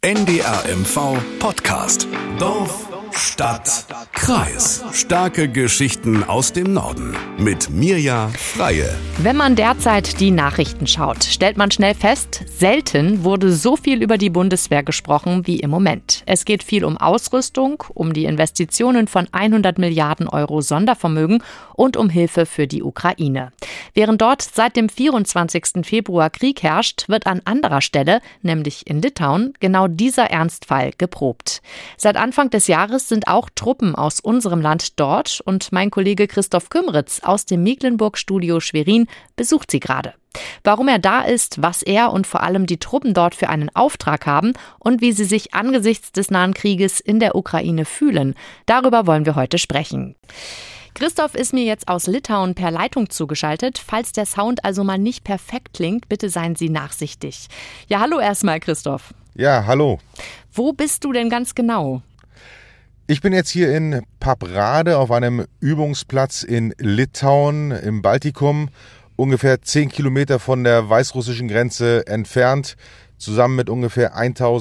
NDR-MV Podcast. Dorf, Stadt, Kreis. Starke Geschichten aus dem Norden. Mit Mirja Freie. Wenn man derzeit die Nachrichten schaut, stellt man schnell fest, selten wurde so viel über die Bundeswehr gesprochen wie im Moment. Es geht viel um Ausrüstung, um die Investitionen von 100 Milliarden Euro Sondervermögen und um Hilfe für die Ukraine. Während dort seit dem 24. Februar Krieg herrscht, wird an anderer Stelle, nämlich in Litauen, genau dieser Ernstfall geprobt. Seit Anfang des Jahres sind auch Truppen aus unserem Land dort und mein Kollege Christoph Kümmeritz aus dem Mecklenburg-Studio Schwerin besucht sie gerade. Warum er da ist, was er und vor allem die Truppen dort für einen Auftrag haben und wie sie sich angesichts des nahen Krieges in der Ukraine fühlen, darüber wollen wir heute sprechen. Christoph ist mir jetzt aus Litauen per Leitung zugeschaltet. Falls der Sound also mal nicht perfekt klingt, bitte seien Sie nachsichtig. Ja, hallo erstmal, Christoph. Ja, hallo. Wo bist du denn ganz genau? Ich bin jetzt hier in Pabrade auf einem Übungsplatz in Litauen im Baltikum, ungefähr 10 Kilometer von der weißrussischen Grenze entfernt, zusammen mit ungefähr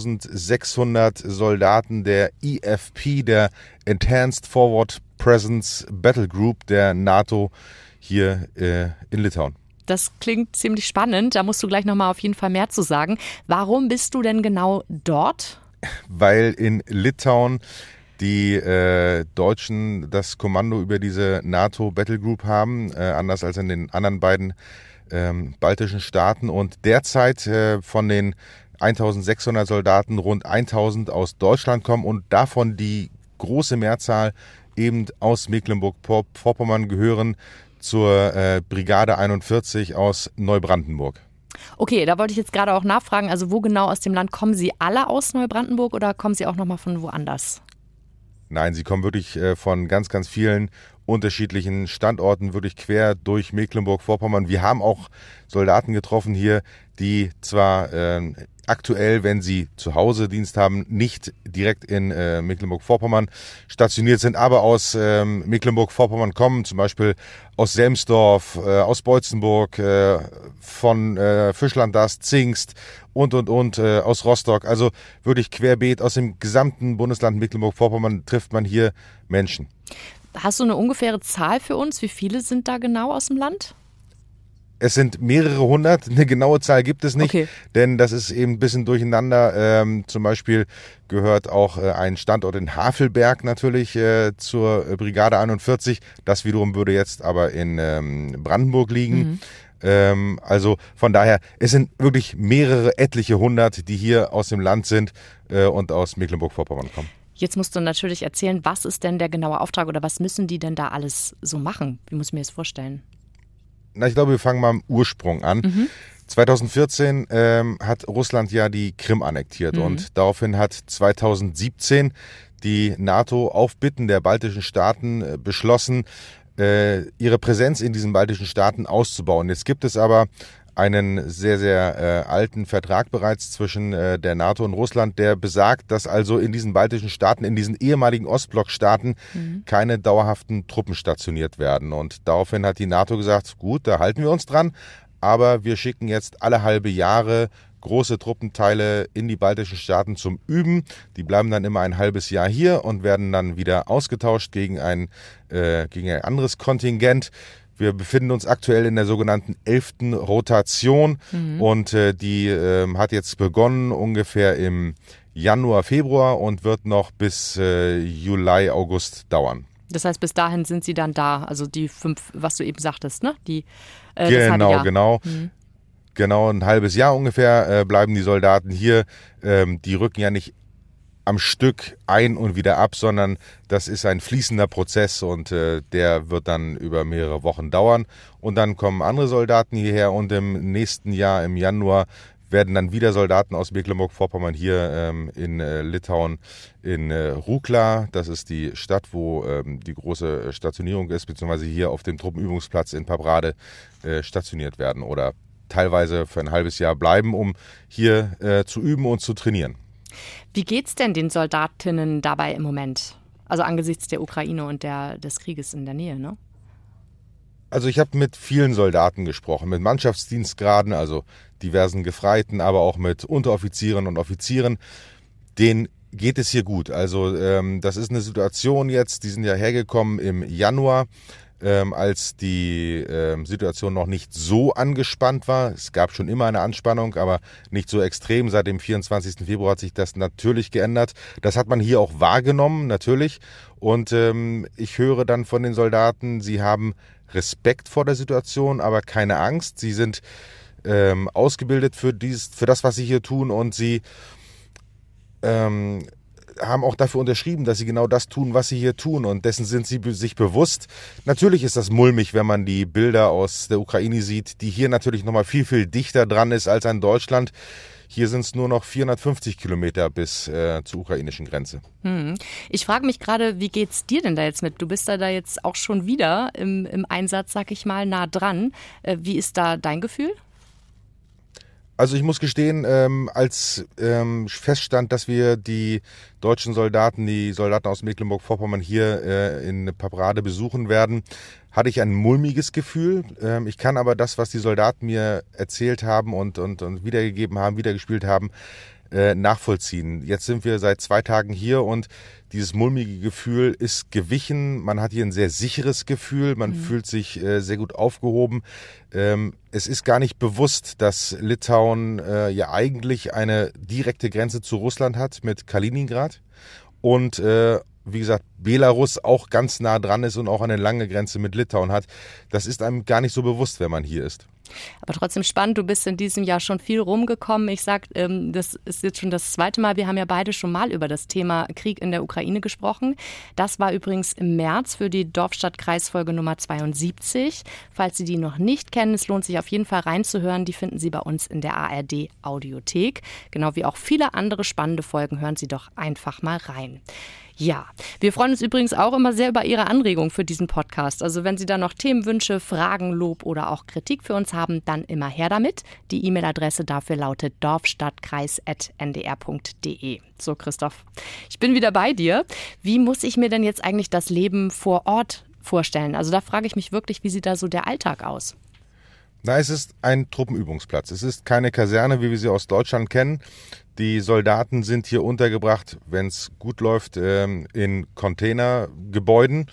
1600 Soldaten der EFP, der Enhanced Forward Presence Battle Group der NATO hier in Litauen. Das klingt ziemlich spannend, da musst du gleich nochmal auf jeden Fall mehr zu sagen. Warum bist du denn genau dort? Weil in Litauen die Deutschen das Kommando über diese NATO Battle Group haben, anders als in den anderen beiden baltischen Staaten. Und derzeit von den 1600 Soldaten rund 1000 aus Deutschland kommen und davon die große Mehrzahl eben aus Mecklenburg-Vorpommern gehören zur Brigade 41 aus Neubrandenburg. Okay, da wollte ich jetzt gerade auch nachfragen, also wo genau aus dem Land kommen Sie alle aus Neubrandenburg oder kommen Sie auch nochmal von woanders? Nein, sie kommen wirklich von ganz, ganz vielen unterschiedlichen Standorten, wirklich quer durch Mecklenburg-Vorpommern. Wir haben auch Soldaten getroffen hier, die zwar aktuell, wenn sie zu Hause Dienst haben, nicht direkt in Mecklenburg-Vorpommern stationiert sind, aber aus Mecklenburg-Vorpommern kommen, zum Beispiel aus Selmsdorf, aus Beutzenburg, von Fischlandast, Zingst und aus Rostock. Also wirklich querbeet aus dem gesamten Bundesland Mecklenburg-Vorpommern trifft man hier Menschen. Hast du eine ungefähre Zahl für uns? Wie viele sind da genau aus dem Land? Es sind mehrere hundert, eine genaue Zahl gibt es nicht, okay. Denn das ist eben ein bisschen durcheinander. Zum Beispiel gehört auch ein Standort in Havelberg natürlich zur Brigade 41. Das wiederum würde jetzt aber in Brandenburg liegen. Also von daher, es sind wirklich etliche hundert, die hier aus dem Land sind und aus Mecklenburg-Vorpommern kommen. Jetzt musst du natürlich erzählen, was ist denn der genaue Auftrag oder was müssen die denn da alles so machen? Wie muss ich mir das vorstellen? Na, ich glaube, wir fangen mal am Ursprung an. 2014 hat Russland ja die Krim annektiert und daraufhin hat 2017 die NATO auf Bitten der baltischen Staaten beschlossen, ihre Präsenz in diesen baltischen Staaten auszubauen. Jetzt gibt es aber einen sehr, sehr alten Vertrag bereits zwischen der NATO und Russland, der besagt, dass also in diesen baltischen Staaten, in diesen ehemaligen Ostblockstaaten keine dauerhaften Truppen stationiert werden. Und daraufhin hat die NATO gesagt, gut, da halten wir uns dran, aber wir schicken jetzt alle halbe Jahre große Truppenteile in die baltischen Staaten zum Üben. Die bleiben dann immer ein halbes Jahr hier und werden dann wieder ausgetauscht gegen ein anderes Kontingent. Wir befinden uns aktuell in der sogenannten 11. Rotation und die hat jetzt begonnen ungefähr im Januar, Februar und wird noch bis Juli, August dauern. Das heißt, bis dahin sind Sie dann da, also die 5, was du eben sagtest, ne? Genau. Genau, ein halbes Jahr ungefähr bleiben die Soldaten hier. Die rücken ja nicht am Stück ein und wieder ab, sondern das ist ein fließender Prozess und der wird dann über mehrere Wochen dauern. Und dann kommen andere Soldaten hierher und im nächsten Jahr, im Januar, werden dann wieder Soldaten aus Mecklenburg-Vorpommern hier in Litauen in Rukla, das ist die Stadt, wo die große Stationierung ist, beziehungsweise hier auf dem Truppenübungsplatz in Pabrade stationiert werden oder teilweise für ein halbes Jahr bleiben, um hier zu üben und zu trainieren. Wie geht's denn den Soldatinnen dabei im Moment? Also angesichts der Ukraine und des Krieges in der Nähe, ne? Also ich habe mit vielen Soldaten gesprochen, mit Mannschaftsdienstgraden, also diversen Gefreiten, aber auch mit Unteroffizieren und Offizieren. denen geht es hier gut. Also das ist eine Situation jetzt, die sind ja hergekommen im Januar, als die Situation noch nicht so angespannt war. Es gab schon immer eine Anspannung, aber nicht so extrem. Seit dem 24. Februar hat sich das natürlich geändert. Das hat man hier auch wahrgenommen, natürlich. Und ich höre dann von den Soldaten, sie haben Respekt vor der Situation, aber keine Angst. Sie sind ausgebildet für das, was sie hier tun, und sie haben auch dafür unterschrieben, dass sie genau das tun, was sie hier tun, und dessen sind sie sich bewusst. Natürlich ist das mulmig, wenn man die Bilder aus der Ukraine sieht, die hier natürlich nochmal viel, viel dichter dran ist als an Deutschland. Hier sind es nur noch 450 Kilometer bis zur ukrainischen Grenze. Ich frage mich gerade, wie geht's dir denn da jetzt mit? Du bist da jetzt auch schon wieder im Einsatz, sag ich mal, nah dran. Wie ist da dein Gefühl? Also ich muss gestehen, als feststand, dass wir die deutschen Soldaten, die Soldaten aus Mecklenburg-Vorpommern hier in Paprade besuchen werden, hatte ich ein mulmiges Gefühl. Ich kann aber das, was die Soldaten mir erzählt haben und wiedergegeben haben, wiedergespielt haben, nachvollziehen. Jetzt sind wir seit 2 Tagen hier und dieses mulmige Gefühl ist gewichen. Man hat hier ein sehr sicheres Gefühl. Man fühlt sich sehr gut aufgehoben. Es ist gar nicht bewusst, dass Litauen ja eigentlich eine direkte Grenze zu Russland hat mit Kaliningrad und wie gesagt, Belarus auch ganz nah dran ist und auch eine lange Grenze mit Litauen hat. Das ist einem gar nicht so bewusst, wenn man hier ist. Aber trotzdem spannend, du bist in diesem Jahr schon viel rumgekommen. Ich sag, das ist jetzt schon das 2. Mal. Wir haben ja beide schon mal über das Thema Krieg in der Ukraine gesprochen. Das war übrigens im März für die Dorf-Stadt-Kreis-Folge Nummer 72. Falls Sie die noch nicht kennen, es lohnt sich auf jeden Fall reinzuhören. Die finden Sie bei uns in der ARD-Audiothek. Genau wie auch viele andere spannende Folgen, hören Sie doch einfach mal rein. Ja, wir freuen uns übrigens auch immer sehr über Ihre Anregungen für diesen Podcast. Also wenn Sie da noch Themenwünsche, Fragen, Lob oder auch Kritik für uns haben, dann immer her damit. Die E-Mail-Adresse dafür lautet dorfstadtkreis@ndr.de. So, Christoph, ich bin wieder bei dir. Wie muss ich mir denn jetzt eigentlich das Leben vor Ort vorstellen? Also da frage ich mich wirklich, wie sieht da so der Alltag aus? Na, es ist ein Truppenübungsplatz. Es ist keine Kaserne, wie wir sie aus Deutschland kennen. Die Soldaten sind hier untergebracht, wenn es gut läuft, in Containergebäuden.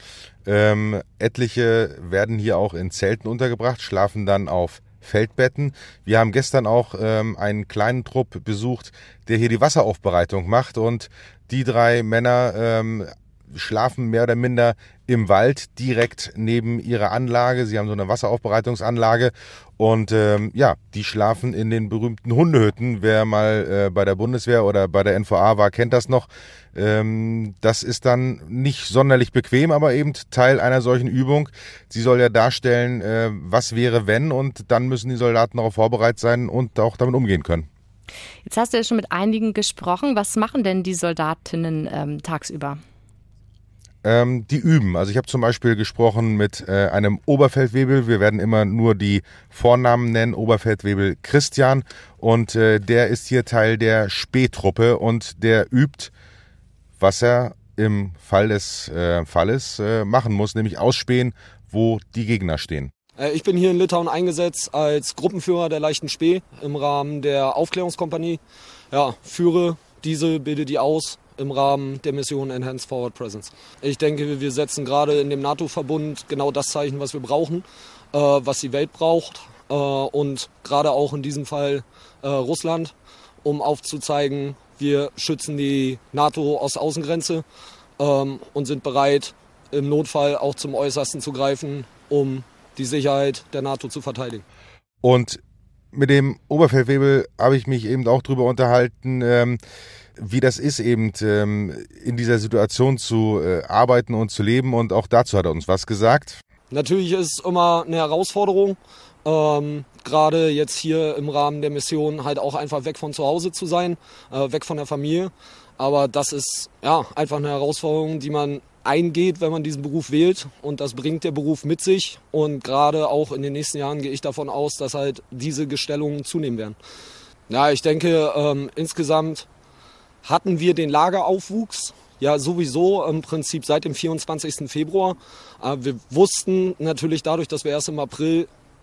Etliche werden hier auch in Zelten untergebracht, schlafen dann auf Feldbetten. Wir haben gestern auch einen kleinen Trupp besucht, der hier die Wasseraufbereitung macht. Und die 3 Männer schlafen mehr oder minder im Wald direkt neben ihrer Anlage. Sie haben so eine Wasseraufbereitungsanlage und die schlafen in den berühmten Hundehütten. Wer mal bei der Bundeswehr oder bei der NVA war, kennt das noch. Das ist dann nicht sonderlich bequem, aber eben Teil einer solchen Übung. Sie soll ja darstellen, was wäre wenn, und dann müssen die Soldaten darauf vorbereitet sein und auch damit umgehen können. Jetzt hast du ja schon mit einigen gesprochen. Was machen denn die Soldatinnen tagsüber? Die üben. Also ich habe zum Beispiel gesprochen mit einem Oberfeldwebel. Wir werden immer nur die Vornamen nennen. Oberfeldwebel Christian. Und der ist hier Teil der Spähtruppe und der übt, was er im Fall des Falles machen muss, nämlich ausspähen, wo die Gegner stehen. Ich bin hier in Litauen eingesetzt als Gruppenführer der leichten Späh im Rahmen der Aufklärungskompanie. Ja, führe diese, bilde die aus im Rahmen der Mission Enhanced Forward Presence. Ich denke, wir setzen gerade in dem NATO-Verbund genau das Zeichen, was wir brauchen, was die Welt braucht und gerade auch in diesem Fall Russland, um aufzuzeigen, wir schützen die NATO-Ostaußengrenze und sind bereit, im Notfall auch zum Äußersten zu greifen, um die Sicherheit der NATO zu verteidigen. Und mit dem Oberfeldwebel habe ich mich eben auch darüber unterhalten, wie das ist, eben in dieser Situation zu arbeiten und zu leben. Und auch dazu hat er uns was gesagt. Natürlich ist es immer eine Herausforderung, gerade jetzt hier im Rahmen der Mission halt auch einfach weg von zu Hause zu sein, weg von der Familie. Aber das ist ja einfach eine Herausforderung, die man eingeht, wenn man diesen Beruf wählt, und das bringt der Beruf mit sich, und gerade auch in den nächsten Jahren gehe ich davon aus, dass halt diese Gestellungen zunehmen werden. Ja, ich denke, insgesamt hatten wir den Lageraufwuchs ja sowieso im Prinzip seit dem 24. Februar. Wir wussten natürlich dadurch, dass wir erst im April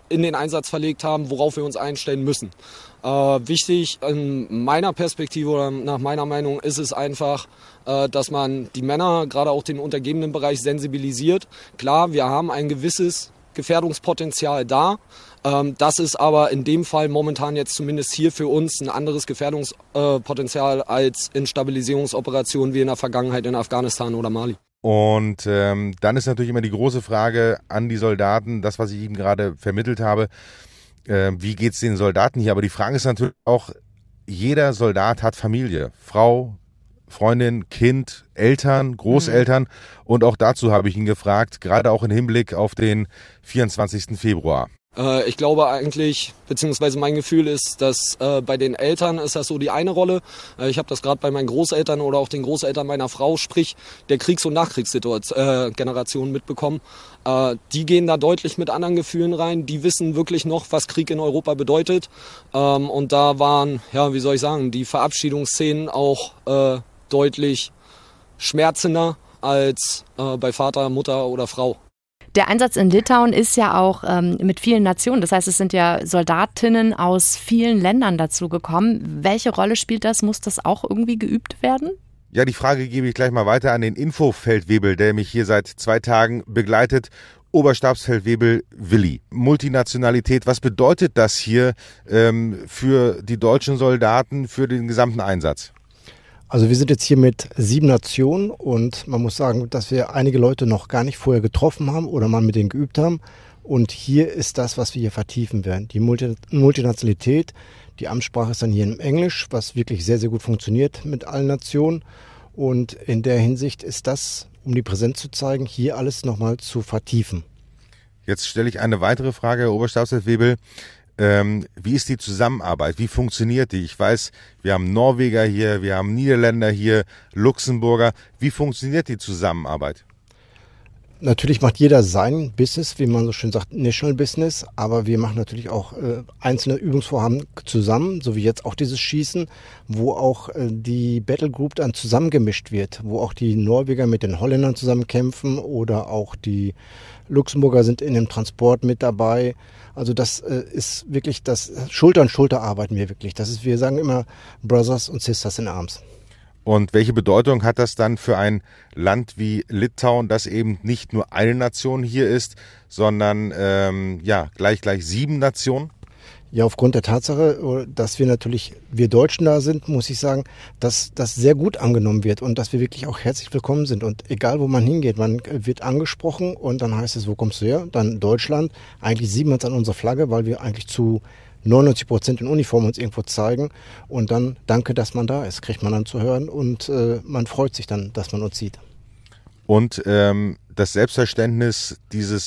in den Einsatz verlegt haben, worauf wir uns einstellen müssen. Wichtig in meiner Perspektive oder nach meiner Meinung ist es einfach, dass man die Männer, gerade auch den untergebenen Bereich, sensibilisiert. Klar, wir haben ein gewisses Gefährdungspotenzial da. Das ist aber in dem Fall momentan jetzt zumindest hier für uns ein anderes Gefährdungspotenzial als in Stabilisierungsoperationen wie in der Vergangenheit in Afghanistan oder Mali. Und dann ist natürlich immer die große Frage an die Soldaten, das, was ich eben gerade vermittelt habe, wie geht es den Soldaten hier? Aber die Frage ist natürlich auch, jeder Soldat hat Familie, Frau, Freundin, Kind, Eltern, Großeltern. Und auch dazu habe ich ihn gefragt, gerade auch im Hinblick auf den 24. Februar. Ich glaube eigentlich, beziehungsweise mein Gefühl ist, dass bei den Eltern ist das so die eine Rolle. Ich habe das gerade bei meinen Großeltern oder auch den Großeltern meiner Frau, sprich der Kriegs- und Nachkriegsgeneration mitbekommen. Die gehen da deutlich mit anderen Gefühlen rein. Die wissen wirklich noch, was Krieg in Europa bedeutet. Und da waren, ja, wie soll ich sagen, die Verabschiedungsszenen auch deutlich schmerzender als bei Vater, Mutter oder Frau. Der Einsatz in Litauen ist ja auch mit vielen Nationen. Das heißt, es sind ja Soldatinnen aus vielen Ländern dazu gekommen. Welche Rolle spielt das? Muss das auch irgendwie geübt werden? Ja, die Frage gebe ich gleich mal weiter an den Infofeldwebel, der mich hier seit 2 Tagen begleitet. Oberstabsfeldwebel Willi. Multinationalität, was bedeutet das hier für die deutschen Soldaten, für den gesamten Einsatz? Also wir sind jetzt hier mit 7 Nationen und man muss sagen, dass wir einige Leute noch gar nicht vorher getroffen haben oder mal mit denen geübt haben. Und hier ist das, was wir hier vertiefen werden. Die Multinationalität, die Amtssprache ist dann hier in Englisch, was wirklich sehr, sehr gut funktioniert mit allen Nationen. Und in der Hinsicht ist das, um die Präsenz zu zeigen, hier alles nochmal zu vertiefen. Jetzt stelle ich eine weitere Frage, Herr Oberstabsfeldwebel. Wie ist die Zusammenarbeit? Wie funktioniert die? Ich weiß, wir haben Norweger hier, wir haben Niederländer hier, Luxemburger. Wie funktioniert die Zusammenarbeit? Natürlich macht jeder sein Business, wie man so schön sagt, National Business. Aber wir machen natürlich auch einzelne Übungsvorhaben zusammen, so wie jetzt auch dieses Schießen, wo auch die Battle Group dann zusammengemischt wird, wo auch die Norweger mit den Holländern zusammen kämpfen oder auch die Luxemburger sind in dem Transport mit dabei. Also das ist wirklich das Schulter an Schulter arbeiten wir wirklich. Das ist, wir sagen immer Brothers und Sisters in Arms. Und welche Bedeutung hat das dann für ein Land wie Litauen, das eben nicht nur eine Nation hier ist, sondern gleich 7 Nationen? Ja, aufgrund der Tatsache, dass wir Deutschen da sind, muss ich sagen, dass das sehr gut angenommen wird und dass wir wirklich auch herzlich willkommen sind. Und egal, wo man hingeht, man wird angesprochen und dann heißt es, wo kommst du her? Dann Deutschland. Eigentlich sieht man es an unserer Flagge, weil wir eigentlich zu 99% in Uniform uns irgendwo zeigen. Und dann, danke, dass man da ist, kriegt man dann zu hören und man freut sich dann, dass man uns sieht. Und das Selbstverständnis dieser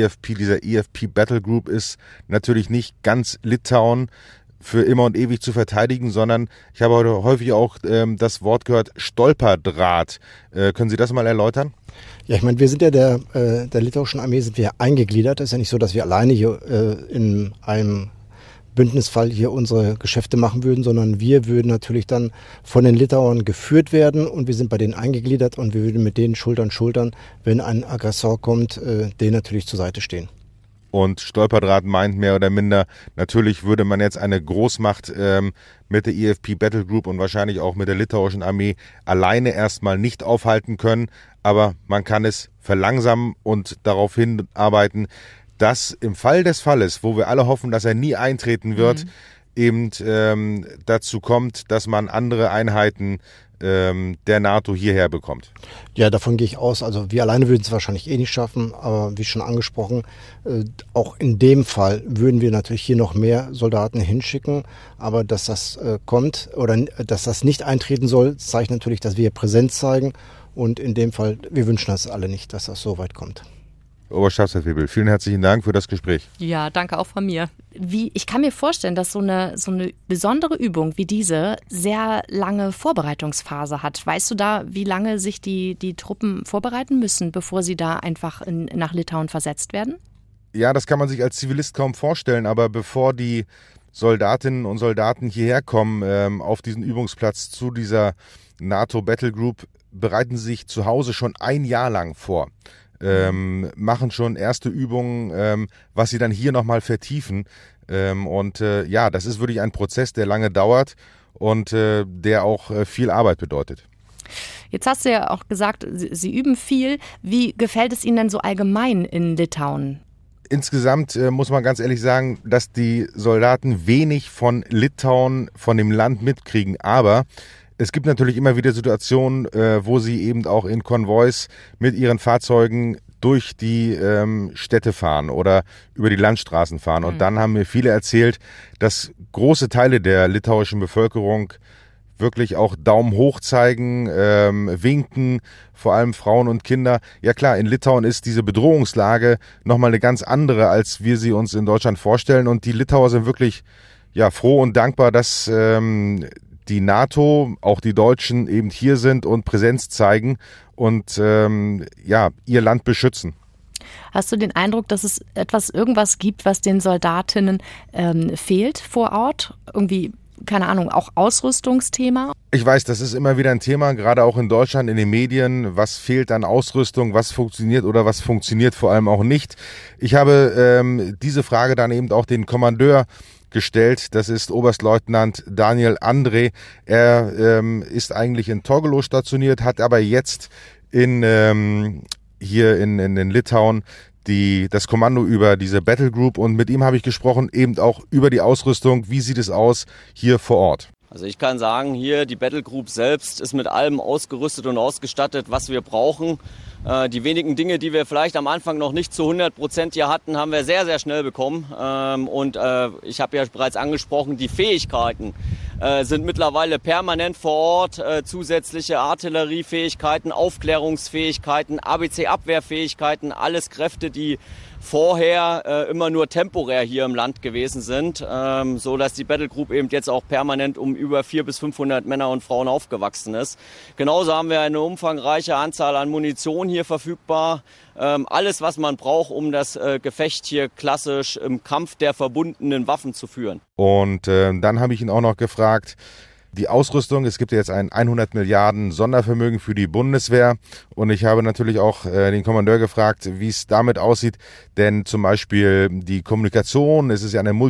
EFP Battle Group ist natürlich nicht ganz Litauen für immer und ewig zu verteidigen, sondern ich habe heute häufig auch das Wort gehört, Stolperdraht. Können Sie das mal erläutern? Ja, ich meine, wir sind ja der litauischen Armee sind wir eingegliedert. Das ist ja nicht so, dass wir alleine hier in einem Bündnisfall hier unsere Geschäfte machen würden, sondern wir würden natürlich dann von den Litauern geführt werden und wir sind bei denen eingegliedert und wir würden mit denen Schulter an Schulter, wenn ein Aggressor kommt, denen natürlich zur Seite stehen. Und Stolperdraht meint mehr oder minder, natürlich würde man jetzt eine Großmacht mit der EFP Battle Group und wahrscheinlich auch mit der litauischen Armee alleine erstmal nicht aufhalten können, aber man kann es verlangsamen und darauf hinarbeiten, dass im Fall des Falles, wo wir alle hoffen, dass er nie eintreten wird, eben dazu kommt, dass man andere Einheiten der NATO hierher bekommt. Ja, davon gehe ich aus. Also wir alleine würden es wahrscheinlich eh nicht schaffen, aber wie schon angesprochen, auch in dem Fall würden wir natürlich hier noch mehr Soldaten hinschicken, aber dass das kommt oder dass das nicht eintreten soll, zeigt natürlich, dass wir Präsenz zeigen und in dem Fall, wir wünschen das alle nicht, dass das so weit kommt. Oberstabsfeldwebel, vielen herzlichen Dank für das Gespräch. Ja, danke auch von mir. Ich kann mir vorstellen, dass so eine besondere Übung wie diese sehr lange Vorbereitungsphase hat. Weißt du da, wie lange sich die Truppen vorbereiten müssen, bevor sie da einfach nach Litauen versetzt werden? Ja, das kann man sich als Zivilist kaum vorstellen, aber bevor die Soldatinnen und Soldaten hierher kommen auf diesen Übungsplatz zu dieser NATO Battle Group, bereiten sie sich zu Hause schon ein Jahr lang vor. machen schon erste Übungen, was sie dann hier nochmal vertiefen. Das ist wirklich ein Prozess, der lange dauert und der auch viel Arbeit bedeutet. Jetzt hast du ja auch gesagt, Sie üben viel. Wie gefällt es Ihnen denn so allgemein in Litauen? Insgesamt muss man ganz ehrlich sagen, dass die Soldaten wenig von Litauen, von dem Land mitkriegen. Aber es gibt natürlich immer wieder Situationen, wo sie eben auch in Konvois mit ihren Fahrzeugen durch die Städte fahren oder über die Landstraßen fahren. Und dann haben mir viele erzählt, dass große Teile der litauischen Bevölkerung wirklich auch Daumen hoch zeigen, winken, vor allem Frauen und Kinder. Ja klar, in Litauen ist diese Bedrohungslage nochmal eine ganz andere, als wir sie uns in Deutschland vorstellen. Und die Litauer sind wirklich froh und dankbar, dass die NATO, auch die Deutschen eben hier sind und Präsenz zeigen und ihr Land beschützen. Hast du den Eindruck, dass es irgendwas gibt, was den Soldatinnen fehlt vor Ort? Irgendwie, keine Ahnung, auch Ausrüstungsthema? Ich weiß, das ist immer wieder ein Thema, gerade auch in Deutschland, in den Medien. Was fehlt an Ausrüstung, was funktioniert oder was funktioniert vor allem auch nicht? Ich habe diese Frage dann eben auch den Kommandeur gestellt. Das ist Oberstleutnant Daniel André. Er ist eigentlich in Torgelow stationiert, hat aber jetzt hier in Litauen das Kommando über diese Battle Group und mit ihm habe ich gesprochen, eben auch über die Ausrüstung. Wie sieht es aus hier vor Ort? Also ich kann sagen, hier die Battle Group selbst ist mit allem ausgerüstet und ausgestattet, was wir brauchen. Die wenigen Dinge, die wir vielleicht am Anfang noch nicht zu 100% hier hatten, haben wir sehr, sehr schnell bekommen. Ich habe ja bereits angesprochen, die Fähigkeiten sind mittlerweile permanent vor Ort. Zusätzliche Artilleriefähigkeiten, Aufklärungsfähigkeiten, ABC-Abwehrfähigkeiten, alles Kräfte, die vorher immer nur temporär hier im Land gewesen sind, so dass die Battle Group eben jetzt auch permanent um über 400 bis 500 Männer und Frauen aufgewachsen ist. Genauso haben wir eine umfangreiche Anzahl an Munition hier verfügbar. Alles, was man braucht, um das Gefecht hier klassisch im Kampf der verbundenen Waffen zu führen. Und dann habe ich ihn auch noch gefragt, die Ausrüstung, es gibt ja jetzt ein 100 Milliarden Sondervermögen für die Bundeswehr und ich habe natürlich auch den Kommandeur gefragt, wie es damit aussieht, denn zum Beispiel die Kommunikation, es ist ja ein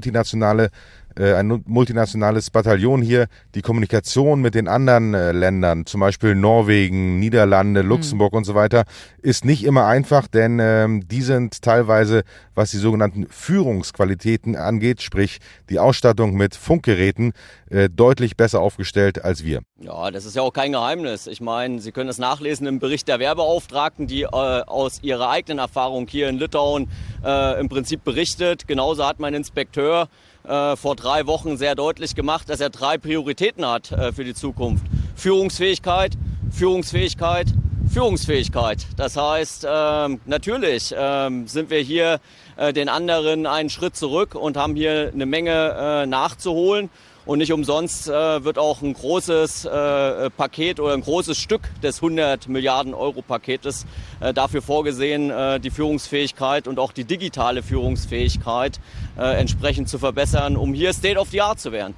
multinationales Bataillon hier, die Kommunikation mit den anderen Ländern, zum Beispiel Norwegen, Niederlande, Luxemburg und so weiter, ist nicht immer einfach, denn die sind teilweise, was die sogenannten Führungsqualitäten angeht, sprich die Ausstattung mit Funkgeräten, deutlich besser aufgestellt als wir. Ja, das ist ja auch kein Geheimnis. Ich meine, Sie können das nachlesen im Bericht der Wehrbeauftragten, die aus ihrer eigenen Erfahrung hier in Litauen im Prinzip berichtet. Genauso hat mein Inspekteur vor 3 Wochen sehr deutlich gemacht, dass er 3 Prioritäten hat für die Zukunft. Führungsfähigkeit, Führungsfähigkeit, Führungsfähigkeit. Das heißt, natürlich sind wir hier den anderen einen Schritt zurück und haben hier eine Menge nachzuholen. Und nicht umsonst wird auch ein großes Paket oder ein großes Stück des 100 Milliarden Euro Paketes dafür vorgesehen, die Führungsfähigkeit und auch die digitale Führungsfähigkeit entsprechend zu verbessern, um hier State of the Art zu werden.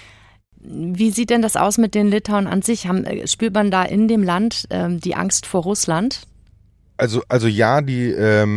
Wie sieht denn das aus mit den Litauen an sich? Spürt man da in dem Land die Angst vor Russland? Also ja, die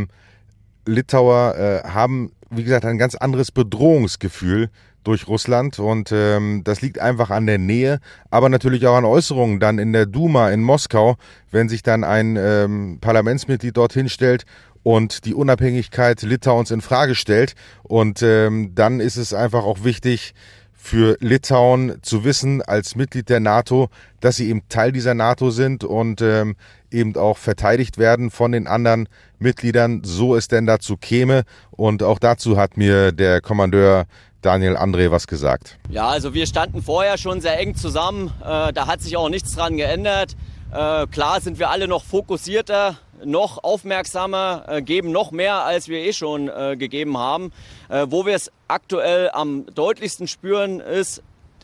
Litauer haben, wie gesagt, ein ganz anderes Bedrohungsgefühl durch Russland und das liegt einfach an der Nähe, aber natürlich auch an Äußerungen dann in der Duma in Moskau, wenn sich dann ein Parlamentsmitglied dorthin stellt und die Unabhängigkeit Litauens in Frage stellt und dann ist es einfach auch wichtig für Litauen zu wissen als Mitglied der NATO, dass sie eben Teil dieser NATO sind und eben auch verteidigt werden von den anderen Mitgliedern, so es denn dazu käme und auch dazu hat mir der Kommandeur Daniel André was gesagt. Ja, also wir standen vorher schon sehr eng zusammen. Da hat sich auch nichts dran geändert. Klar sind wir alle noch fokussierter, noch aufmerksamer, geben noch mehr, als wir schon gegeben haben. Wo wir es aktuell am deutlichsten spüren, ist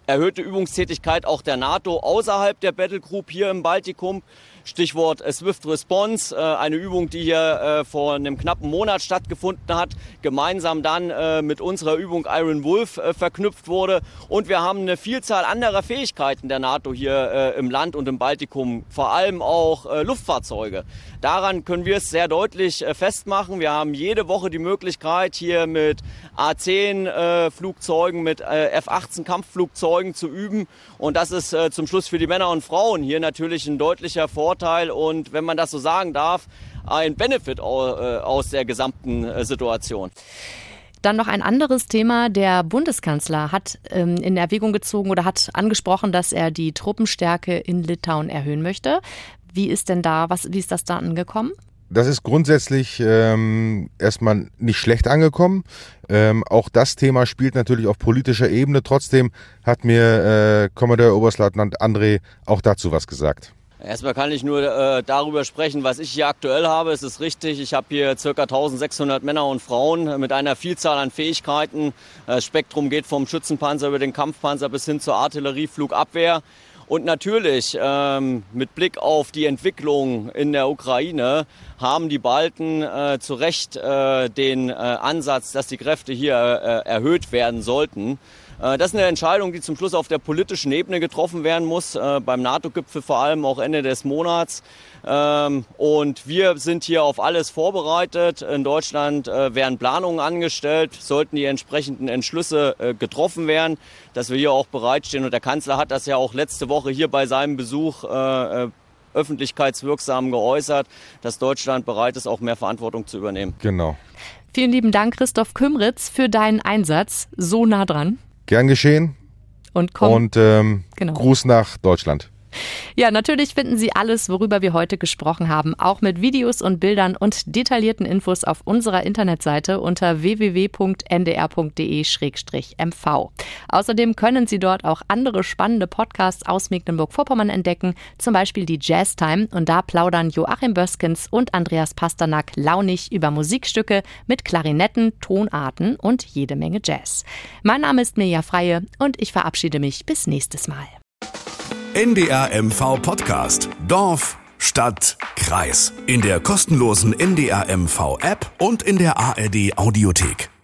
erhöhte Übungstätigkeit auch der NATO außerhalb der Battle Group hier im Baltikum. Stichwort Swift Response, eine Übung, die hier vor einem knappen Monat stattgefunden hat, gemeinsam dann mit unserer Übung Iron Wolf verknüpft wurde. Und wir haben eine Vielzahl anderer Fähigkeiten der NATO hier im Land und im Baltikum, vor allem auch Luftfahrzeuge. Daran können wir es sehr deutlich festmachen. Wir haben jede Woche die Möglichkeit, hier mit A-10 Flugzeugen, mit F-18 Kampfflugzeugen zu üben. Und das ist zum Schluss für die Männer und Frauen hier natürlich ein deutlicher Vorteil und, wenn man das so sagen darf, ein Benefit aus der gesamten Situation. Dann noch ein anderes Thema. Der Bundeskanzler hat in Erwägung gezogen oder hat angesprochen, dass er die Truppenstärke in Litauen erhöhen möchte. Wie ist das da angekommen? Das ist grundsätzlich erstmal nicht schlecht angekommen. Auch das Thema spielt natürlich auf politischer Ebene. Trotzdem hat mir Kommandeur Oberstleutnant André auch dazu was gesagt. Erstmal kann ich nur darüber sprechen, was ich hier aktuell habe. Es ist richtig, ich habe hier ca. 1600 Männer und Frauen mit einer Vielzahl an Fähigkeiten. Das Spektrum geht vom Schützenpanzer über den Kampfpanzer bis hin zur Artillerieflugabwehr. Und natürlich, mit Blick auf die Entwicklung in der Ukraine, haben die Balten zu Recht den Ansatz, dass die Kräfte hier erhöht werden sollten. Das ist eine Entscheidung, die zum Schluss auf der politischen Ebene getroffen werden muss, beim NATO-Gipfel vor allem auch Ende des Monats. Und wir sind hier auf alles vorbereitet. In Deutschland werden Planungen angestellt, sollten die entsprechenden Entschlüsse getroffen werden, dass wir hier auch bereitstehen. Und der Kanzler hat das ja auch letzte Woche hier bei seinem Besuch öffentlichkeitswirksam geäußert, dass Deutschland bereit ist, auch mehr Verantwortung zu übernehmen. Genau. Vielen lieben Dank, Christoph Kümritz, für deinen Einsatz. So nah dran. Gern geschehen. Und genau. Gruß nach Deutschland. Ja, natürlich finden Sie alles, worüber wir heute gesprochen haben, auch mit Videos und Bildern und detaillierten Infos auf unserer Internetseite unter www.ndr.de/mv. Außerdem können Sie dort auch andere spannende Podcasts aus Mecklenburg-Vorpommern entdecken, zum Beispiel die Jazz Time, und da plaudern Joachim Böskens und Andreas Pasternak launig über Musikstücke mit Klarinetten, Tonarten und jede Menge Jazz. Mein Name ist Mirja Freie und ich verabschiede mich bis nächstes Mal. NDR MV Podcast. Dorf, Stadt, Kreis. In der kostenlosen NDR MV App und in der ARD Audiothek.